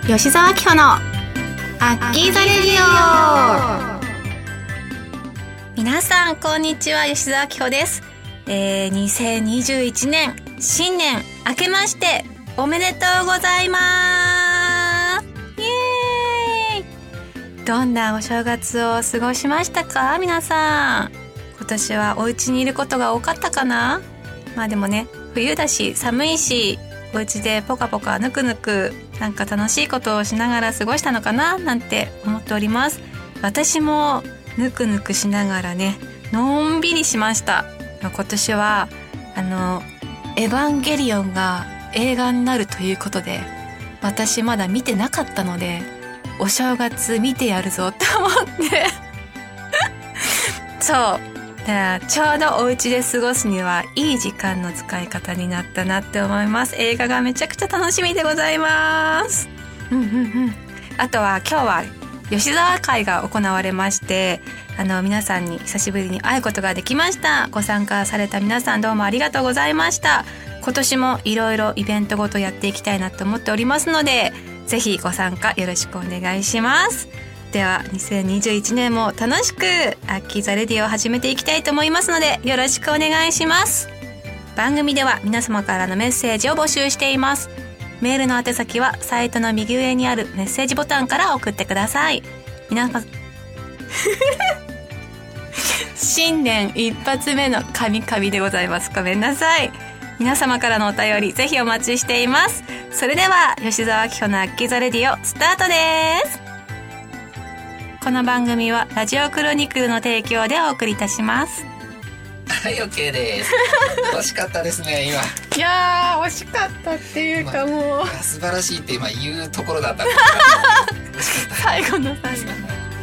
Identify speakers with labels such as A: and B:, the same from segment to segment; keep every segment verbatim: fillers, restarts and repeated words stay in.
A: 吉澤明穂のアッキーザレディオ。皆さんこんにちは、吉澤明穂です。えー、にせんにじゅういちねん新年明けましておめでとうございます。イエーイ。どんなお正月を過ごしましたか皆さん。今年はお家にいることが多かったかな。まあでもね、冬だし寒いし、お家でポカポカぬくぬくなんか楽しいことをしながら過ごしたのかななんて思っております。私もぬくぬくしながらね、のんびりしました。今年はあのエヴァンゲリオンが映画になるということで、私まだ見てなかったのでお正月見てやるぞって思ってそうだからちょうどお家で過ごすにはいい時間の使い方になったなって思います。映画がめちゃくちゃ楽しみでございます。うんうんうん。あとは今日は吉沢会が行われまして、あの皆さんに久しぶりに会うことができました。ご参加された皆さんどうもありがとうございました。今年もいろいろイベントごとやっていきたいなと思っておりますので、ぜひご参加よろしくお願いします。ではにせんにじゅういちねんも楽しくアッキーザレディを始めていきたいと思いますので、よろしくお願いします。番組では皆様からのメッセージを募集しています。メールの宛先はサイトの右上にあるメッセージボタンから送ってください。皆さん新年一発目の神々でございます。ごめんなさい。皆様からのお便りぜひお待ちしています。それでは吉澤明穂のアッキーザレディオスタートです。この番組はラジオクロニクルの提供でお送りいたします。
B: はい、 OK です。惜しかったですね今。
A: いやー惜しかったっていうかもう、
B: まあ、素晴らしいって今言うところだった
A: 最後の最後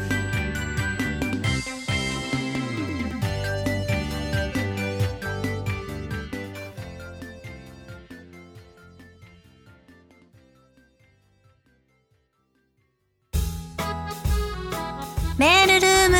A: メールルーム。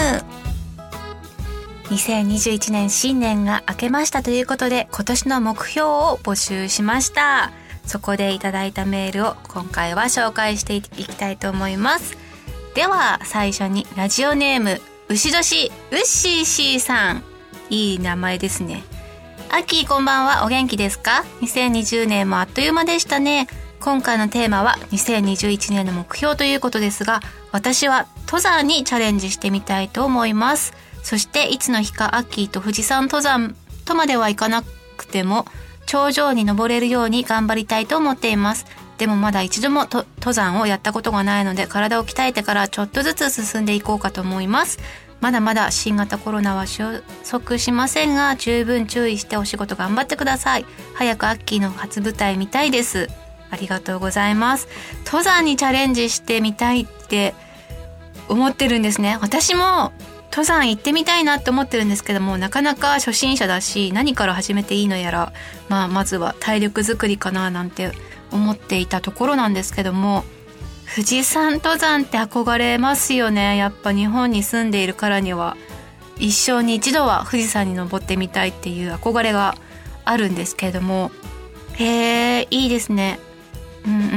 A: にせんにじゅういちねん新年が明けましたということで、今年の目標を募集しました。そこでいただいたメールを今回は紹介していきたいと思います。では最初にラジオネーム牛年ウッシーシーさん、いい名前ですね。アッキーこんばんは、お元気ですか。にせんにじゅうねんもあっという間でしたね。今回のテーマはにせんにじゅういちねんの目標ということですが、私は登山にチャレンジしてみたいと思います。そしていつの日かアッキーと富士山登山とまではいかなくても頂上に登れるように頑張りたいと思っています。でもまだ一度もと登山をやったことがないので、体を鍛えてからちょっとずつ進んでいこうかと思います。まだまだ新型コロナは収束しませんが、十分注意してお仕事頑張ってください。早くアッキーの初舞台見たいです。ありがとうございます。登山にチャレンジしてみたいって思ってるんですね。私も登山行ってみたいなって思ってるんですけども、なかなか初心者だし何から始めていいのやら、まあ、まずは体力作りかななんて思っていたところなんですけども、富士山登山って憧れますよね。やっぱ日本に住んでいるからには一生に一度は富士山に登ってみたいっていう憧れがあるんですけれども、へーいいですね。うんうんうん。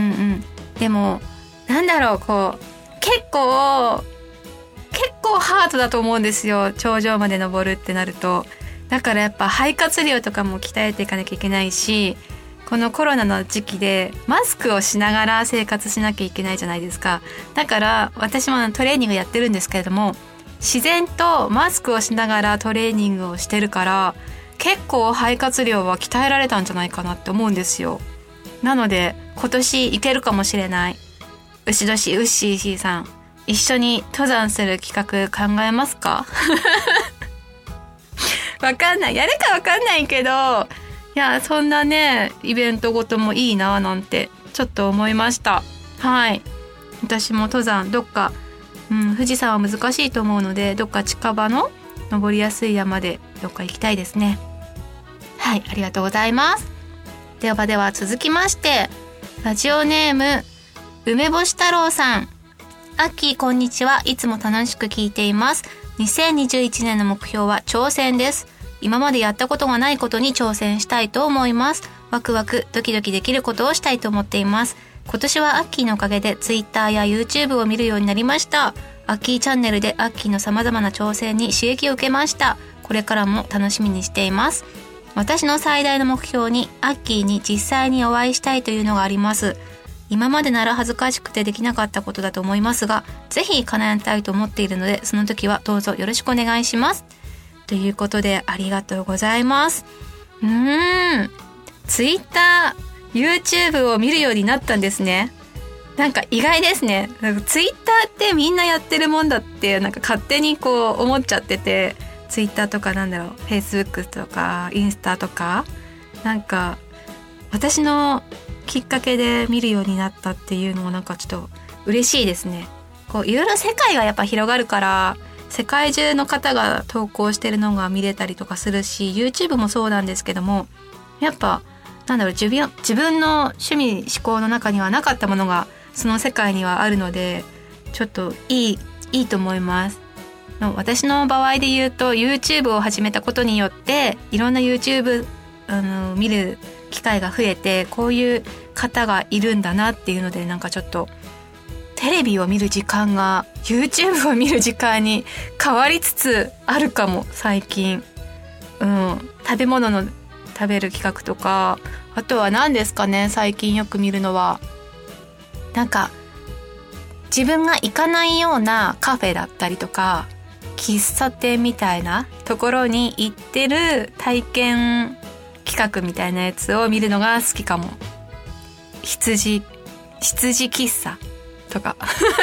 A: でもなんだろう、こう結構結構ハードだと思うんですよ、頂上まで登るってなると。だからやっぱ肺活量とかも鍛えていかなきゃいけないし、このコロナの時期でマスクをしながら生活しなきゃいけないじゃないですか。だから私もトレーニングやってるんですけれども、自然とマスクをしながらトレーニングをしてるから結構肺活量は鍛えられたんじゃないかなって思うんですよ。なので今年いけるかもしれない。牛年ウッシーシーさん、一緒に登山する企画考えますかわかんない、やるかわかんないけど、いやそんなねイベントごともいいななんてちょっと思いました。はい、私も登山どっか、うん、富士山は難しいと思うので、どっか近場の登りやすい山でどっか行きたいですね。はい、ありがとうございます。ではでは続きまして、ラジオネーム梅干し太郎さん、アッキーこんにちは。いつも楽しく聞いています。にせんにじゅういちねんの目標は挑戦です。今までやったことがないことに挑戦したいと思います。ワクワクドキドキできることをしたいと思っています。 今年はアッキーのおかげで Twitter や YouTube を見るようになりました。アッキーチャンネルでアッキーの様々な挑戦に刺激を受けました。これからも楽しみにしています。私の最大の目標にアッキーに実際にお会いしたいというのがあります。今までなら恥ずかしくてできなかったことだと思いますが、ぜひ叶えたいと思っているので、その時はどうぞよろしくお願いします。ということで、ありがとうございます。うーん、Twitter、YouTube を見るようになったんですね。なんか意外ですね。なんか Twitter ってみんなやってるもんだって、なんか勝手にこう思っちゃってて、Twitter とかなんだろう、Facebook とかインスタとか、なんか私のきっかけで見るようになったっていうのもなんかちょっと嬉しいですね。こういろいろ世界がやっぱ広がるから、世界中の方が投稿してるのが見れたりとかするし、 YouTube もそうなんですけども、やっぱなんだろう、自分、自分の趣味思考の中にはなかったものがその世界にはあるので、ちょっといいいいと思います。私の場合で言うと YouTube を始めたことによっていろんな YouTube あの見る機会が増えて、こういう方がいるんだなっていうので、なんかちょっとテレビを見る時間が YouTube を見る時間に変わりつつあるかも最近。うん、食べ物の食べる企画とか、あとは何ですかね、最近よく見るのはなんか自分が行かないようなカフェだったりとか喫茶店みたいなところに行ってる体験企画みたいなやつを見るのが好きかも。羊羊喫茶とか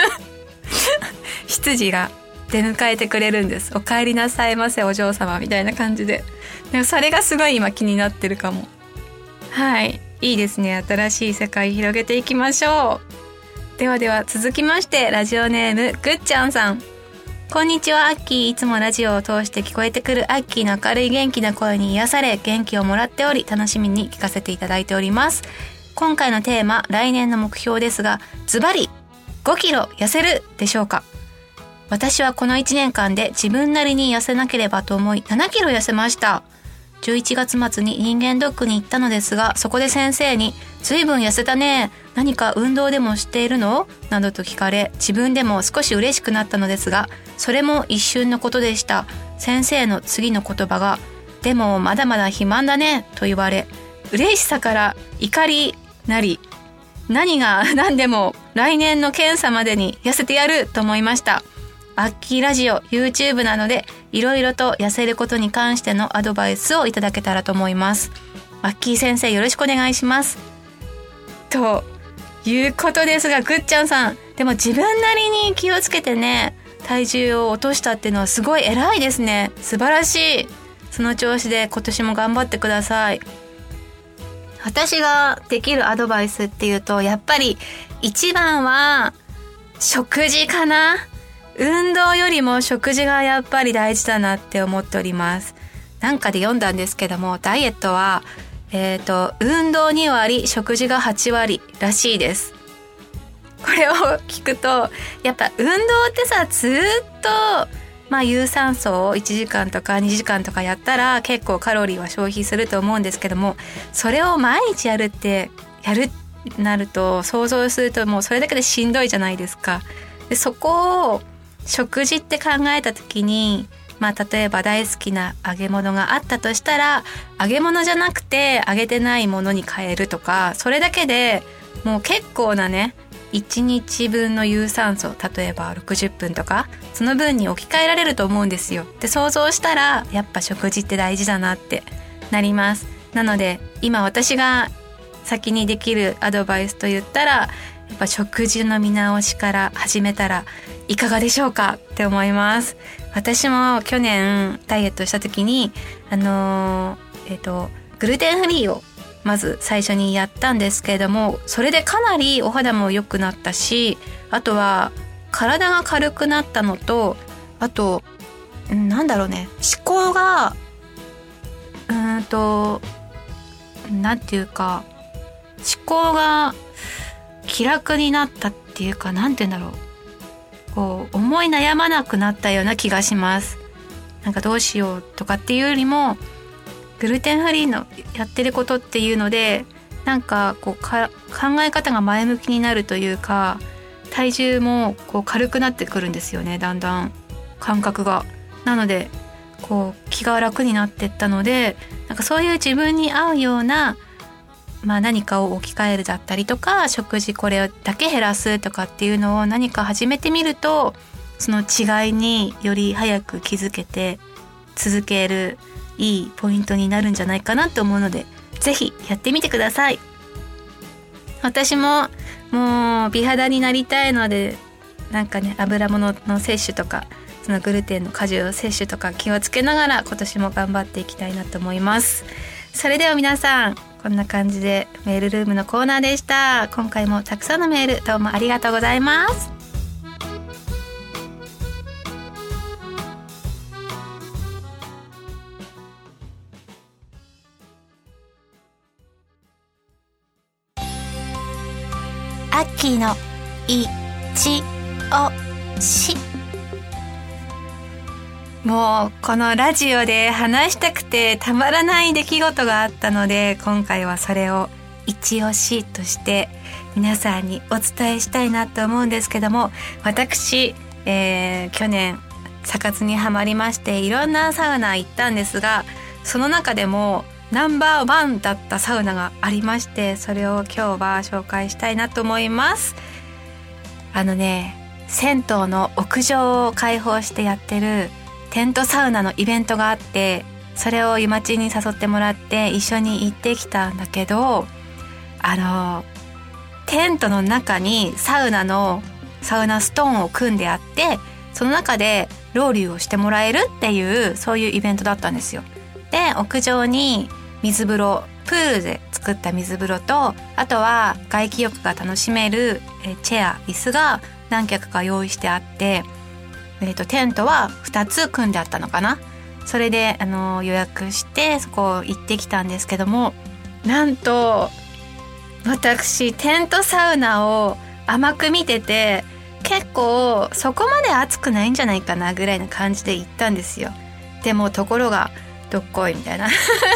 A: 羊が出迎えてくれるんです。お帰りなさいませお嬢様みたいな感じで。でもそれがすごい今気になってるかも。はい、いいですね。新しい世界広げていきましょう。ではでは続きまして、ラジオネームぐっちゃんさん。こんにちは、アッキー。いつもラジオを通して聞こえてくるアッキーの明るい元気な声に癒され、元気をもらっており、楽しみに聞かせていただいております。今回のテーマ、来年の目標ですが、ズバリごキロ痩せるでしょうか。私はこのいちねんかんで自分なりに痩せなければと思いななキロ痩せました。じゅういちがつ末に人間ドックに行ったのですが、そこで先生にずいぶん痩せたね、何か運動でもしているのなどと聞かれ、自分でも少し嬉しくなったのですが、それも一瞬のことでした。先生の次の言葉が、でもまだまだ肥満だねと言われ、嬉しさから怒りなり、何が何でも来年の検査までに痩せてやると思いました。アッキーラジオ、YouTube なのでいろいろと痩せることに関してのアドバイスをいただけたらと思います。アッキー先生よろしくお願いします。ということですが、ぐっちゃんさん、でも自分なりに気をつけてね、体重を落としたっていうのはすごい偉いですね。素晴らしい。その調子で今年も頑張ってください。私ができるアドバイスっていうと、やっぱり一番は食事かな。運動よりも食事がやっぱり大事だなって思っております。なんかで読んだんですけども、ダイエットはえっと運動にわり食事がはちわりらしいです。これを聞くと、やっぱ運動ってさ、ずっとまあ有酸素をいちじかんとかにじかんとかやったら結構カロリーは消費すると思うんですけども、それを毎日やるってやるなると想像するともうそれだけでしんどいじゃないですか。でそこを食事って考えた時に、まあ例えば大好きな揚げ物があったとしたら、揚げ物じゃなくて揚げてないものに変えるとか、それだけでもう結構なね、いちにちぶんの有酸素、例えばろくじゅっぷんとか、その分に置き換えられると思うんですよ。で想像したらやっぱ食事って大事だなってなります。なので今私が先にできるアドバイスと言ったら、やっぱ食事の見直しから始めたらいかがでしょうかって思います。私も去年ダイエットした時にあのー、えっとグルテンフリーをまず最初にやったんですけれども、それでかなりお肌も良くなったし、あとは体が軽くなったのと、あとなんだろうね、思考がうーんとなんていうか思考が気楽になったっていうか、なんて言うんだろう、こう思い悩まなくなったような気がします。なんかどうしようとかっていうよりも、グルテンフリーのやってることっていうので、 なんかこうか考え方が前向きになるというか、体重もこう軽くなってくるんですよね、だんだん感覚が。なのでこう気が楽になっていったので、なんかそういう自分に合うような、まあ、何かを置き換えるだったりとか、食事これだけ減らすとかっていうのを何か始めてみると、その違いにより早く気づけて続けるいいポイントになるんじゃないかなと思うので、ぜひやってみてください。私ももう美肌になりたいので、なんかね、油物の摂取とか、そのグルテンの果汁摂取とか気をつけながら今年も頑張っていきたいなと思います。それでは皆さん、こんな感じでメールルームのコーナーでした。今回もたくさんのメールどうもありがとうございます。アッキーのいちおし。もうこのラジオで話したくてたまらない出来事があったので、今回はそれを一押しとして皆さんにお伝えしたいなと思うんですけども、私、えー、去年サ活にはまりまして、いろんなサウナ行ったんですが、その中でもナンバーワンだったサウナがありまして、それを今日は紹介したいなと思います。あのね、銭湯の屋上を開放してやってるテントサウナのイベントがあって、それをゆまちに誘ってもらって一緒に行ってきたんだけど、あのテントの中にサウナのサウナストーンを組んであって、その中でロウリュをしてもらえるっていう、そういうイベントだったんですよ。で、屋上に水風呂、プールで作った水風呂と、あとは外気浴が楽しめるチェア、椅子が何脚か用意してあって、えーと、テントはふたつ組んであったのかな。それで、あのー、予約してそこ行ってきたんですけども、なんと私テントサウナを甘く見てて、結構そこまで暑くないんじゃないかなぐらいな感じで行ったんですよ。でもところがどっこいみたいな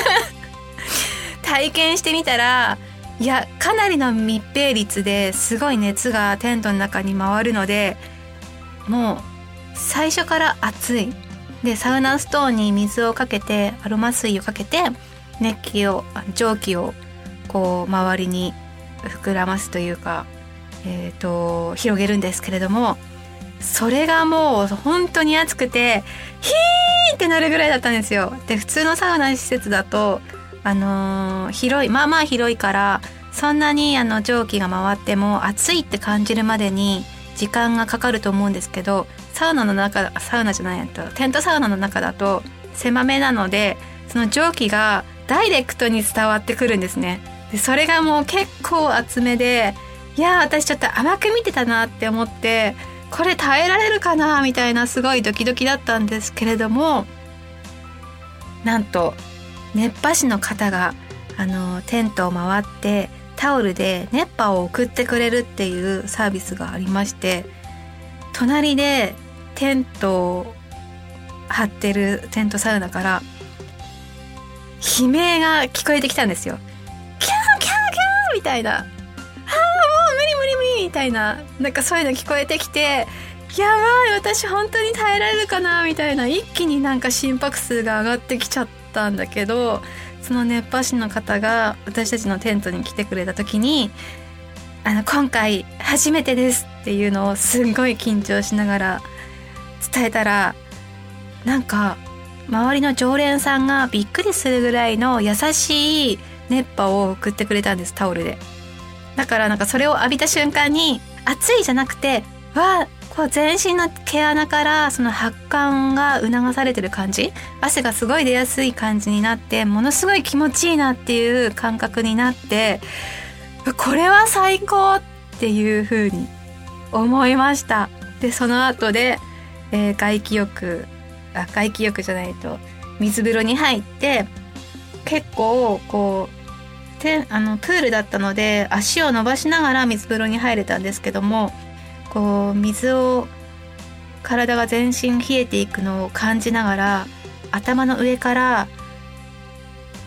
A: 体験してみたら、いや、かなりの密閉率ですごい熱がテントの中に回るので、もう最初から暑い。で、サウナストーンに水をかけて、アロマ水をかけて、熱気を、蒸気をこう周りに膨らますというか、えーと、広げるんですけれども、それがもう本当に暑くて、ヒーってなるぐらいだったんですよ。で、普通のサウナ施設だと、あのー、広い、まあまあ広いから、そんなにあの蒸気が回っても暑いって感じるまでに時間がかかると思うんですけど、サウナの中、サウナじゃないとテントサウナの中だと狭めなので、その蒸気がダイレクトに伝わってくるんですね。で、それがもう結構厚めで、いやー、私ちょっと甘く見てたなって思って、これ耐えられるかなみたいな、すごいドキドキだったんですけれども、なんと熱波師の方があのテントを回ってタオルで熱波を送ってくれるっていうサービスがありまして、隣でテントを張ってるテントサウナから悲鳴が聞こえてきたんですよ。キャーキャーキャーみたいな、あーもう無理無理無理みたいな、なんかそういうの聞こえてきて、やばい、私本当に耐えられるかなみたいな、一気になんか心拍数が上がってきちゃったんだけど、その熱波師の方が私たちのテントに来てくれた時に、あの今回初めてですっていうのをすんごい緊張しながら伝えたら、なんか周りの常連さんがびっくりするぐらいの優しい熱波を送ってくれたんです、タオルで。だからなんかそれを浴びた瞬間に、暑いじゃなくて、わー、こう全身の毛穴からその発汗が促されてる感じ、汗がすごい出やすい感じになって、ものすごい気持ちいいなっていう感覚になって、これは最高っていう風に思いました。で、その後で、えー、外気浴あ外気浴じゃないと水風呂に入って、結構こうてあのプールだったので足を伸ばしながら水風呂に入れたんですけども、こう水を体が全身冷えていくのを感じながら、頭の上から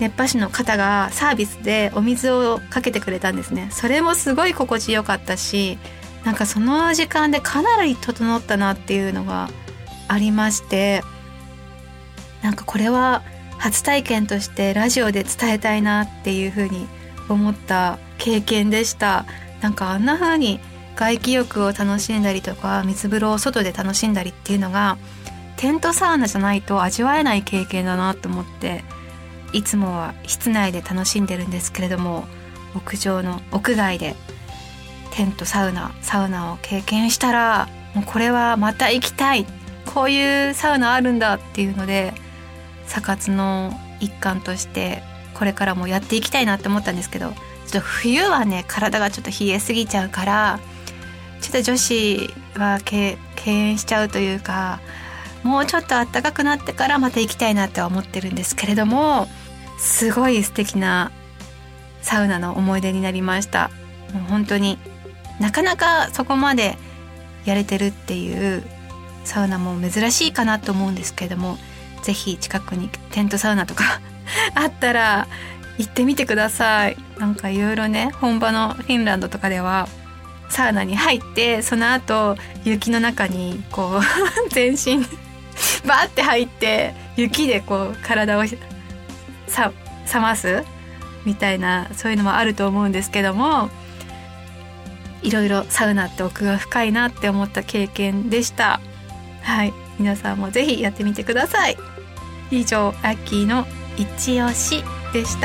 A: 熱波師の方がサービスでお水をかけてくれたんですね。それもすごい心地よかったし、なんかその時間でかなり整ったなっていうのがありまして、なんかこれは初体験としてラジオで伝えたいなっていうふうに思った経験でした。なんかあんな風に外気浴を楽しんだりとか水風呂を外で楽しんだりっていうのがテントサウナじゃないと味わえない経験だなと思って、いつもは室内で楽しんでるんですけれども、屋上の屋外でテントサウナサウナを経験したら、もうこれはまた行きたい、こういうサウナあるんだっていうので、サ活の一環としてこれからもやっていきたいなって思ったんですけど、ちょっと冬はね体がちょっと冷えすぎちゃうから、ちょっと女子は敬遠しちゃうというか、もうちょっと暖かくなってからまた行きたいなって思ってるんですけれども、すごい素敵なサウナの思い出になりました。もう本当になかなかそこまでやれてるっていうサウナも珍しいかなと思うんですけれども、ぜひ近くにテントサウナとかあったら行ってみてください。なんかいろいろね、本場のフィンランドとかではサウナに入って、その後雪の中にこう全身バーって入って雪でこう体をさ冷ますみたいな、そういうのもあると思うんですけども、いろいろサウナって奥が深いなって思った経験でした。はい、皆さんもぜひやってみてください。以上、アッキーの一押しでした。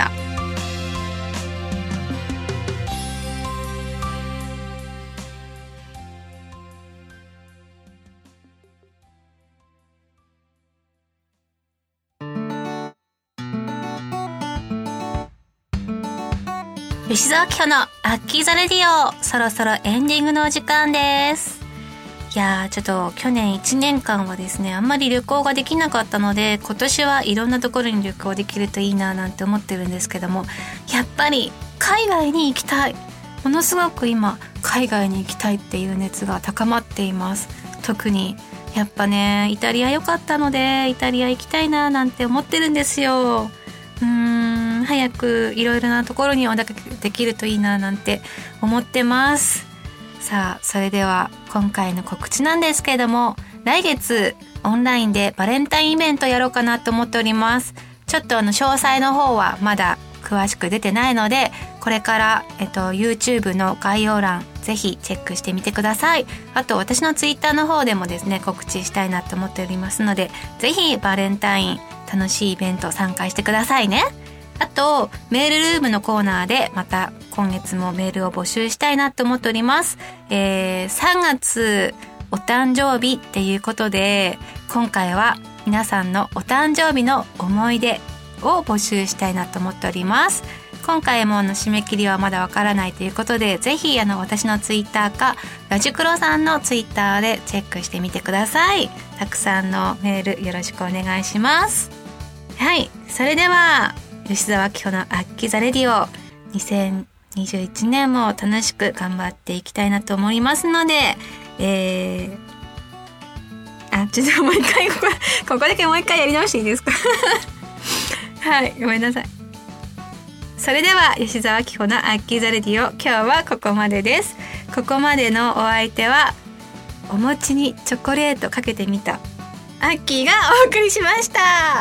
A: 吉澤明穂のアッキーザレディオ、そろそろエンディングのお時間です。いやー、ちょっと去年いちねんかんはですね、あんまり旅行ができなかったので、今年はいろんなところに旅行できるといいななんて思ってるんですけども、やっぱり海外に行きたい、ものすごく今海外に行きたいっていう熱が高まっています。特にやっぱね、イタリア良かったのでイタリア行きたいななんて思ってるんですよ。うーん、早くいろいろなところにお出かけできるといいななんて思ってます。さあ、それでは今回の告知なんですけれども、来月オンラインでバレンタインイベントやろうかなと思っております。ちょっとあの詳細の方はまだ詳しく出てないので、これから、えっと、YouTube の概要欄ぜひチェックしてみてください。あと私の Twitter の方でもですね、告知したいなと思っておりますので、ぜひバレンタイン楽しいイベント参加してくださいね。あとメールルームのコーナーでまた今月もメールを募集したいなと思っております。えー、さんがつお誕生日っていうことで、今回は皆さんのお誕生日の思い出を募集したいなと思っております。今回もあの締め切りはまだわからないということで、ぜひあの私のツイッターかラジクロさんのツイッターでチェックしてみてください。たくさんのメールよろしくお願いします。はい、それでは吉澤明穂のアッキーザレディオ、にせんにじゅういちねんも楽しく頑張っていきたいなと思いますので、えー、あ、ちょっともう一回ここ、ここだけもう一回やり直していいですかはい、ごめんなさい。それでは吉澤明穂のアッキーザレディオ、今日はここまでです。ここまでのお相手は、お餅にチョコレートかけてみたアッキーがお送りしました。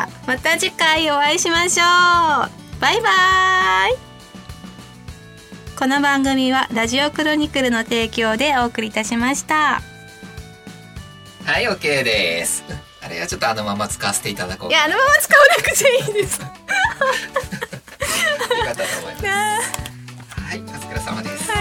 A: また次回お会いしましょう。バイバーイ。この番組はラジオクロニクルの提供でお送りいたしました。
B: はい、 OK です。あれはちょっとあのまま使わせていただこう。
A: いや、あのまま使わなくていいです
B: よかったと思います。はい、お疲れ様です。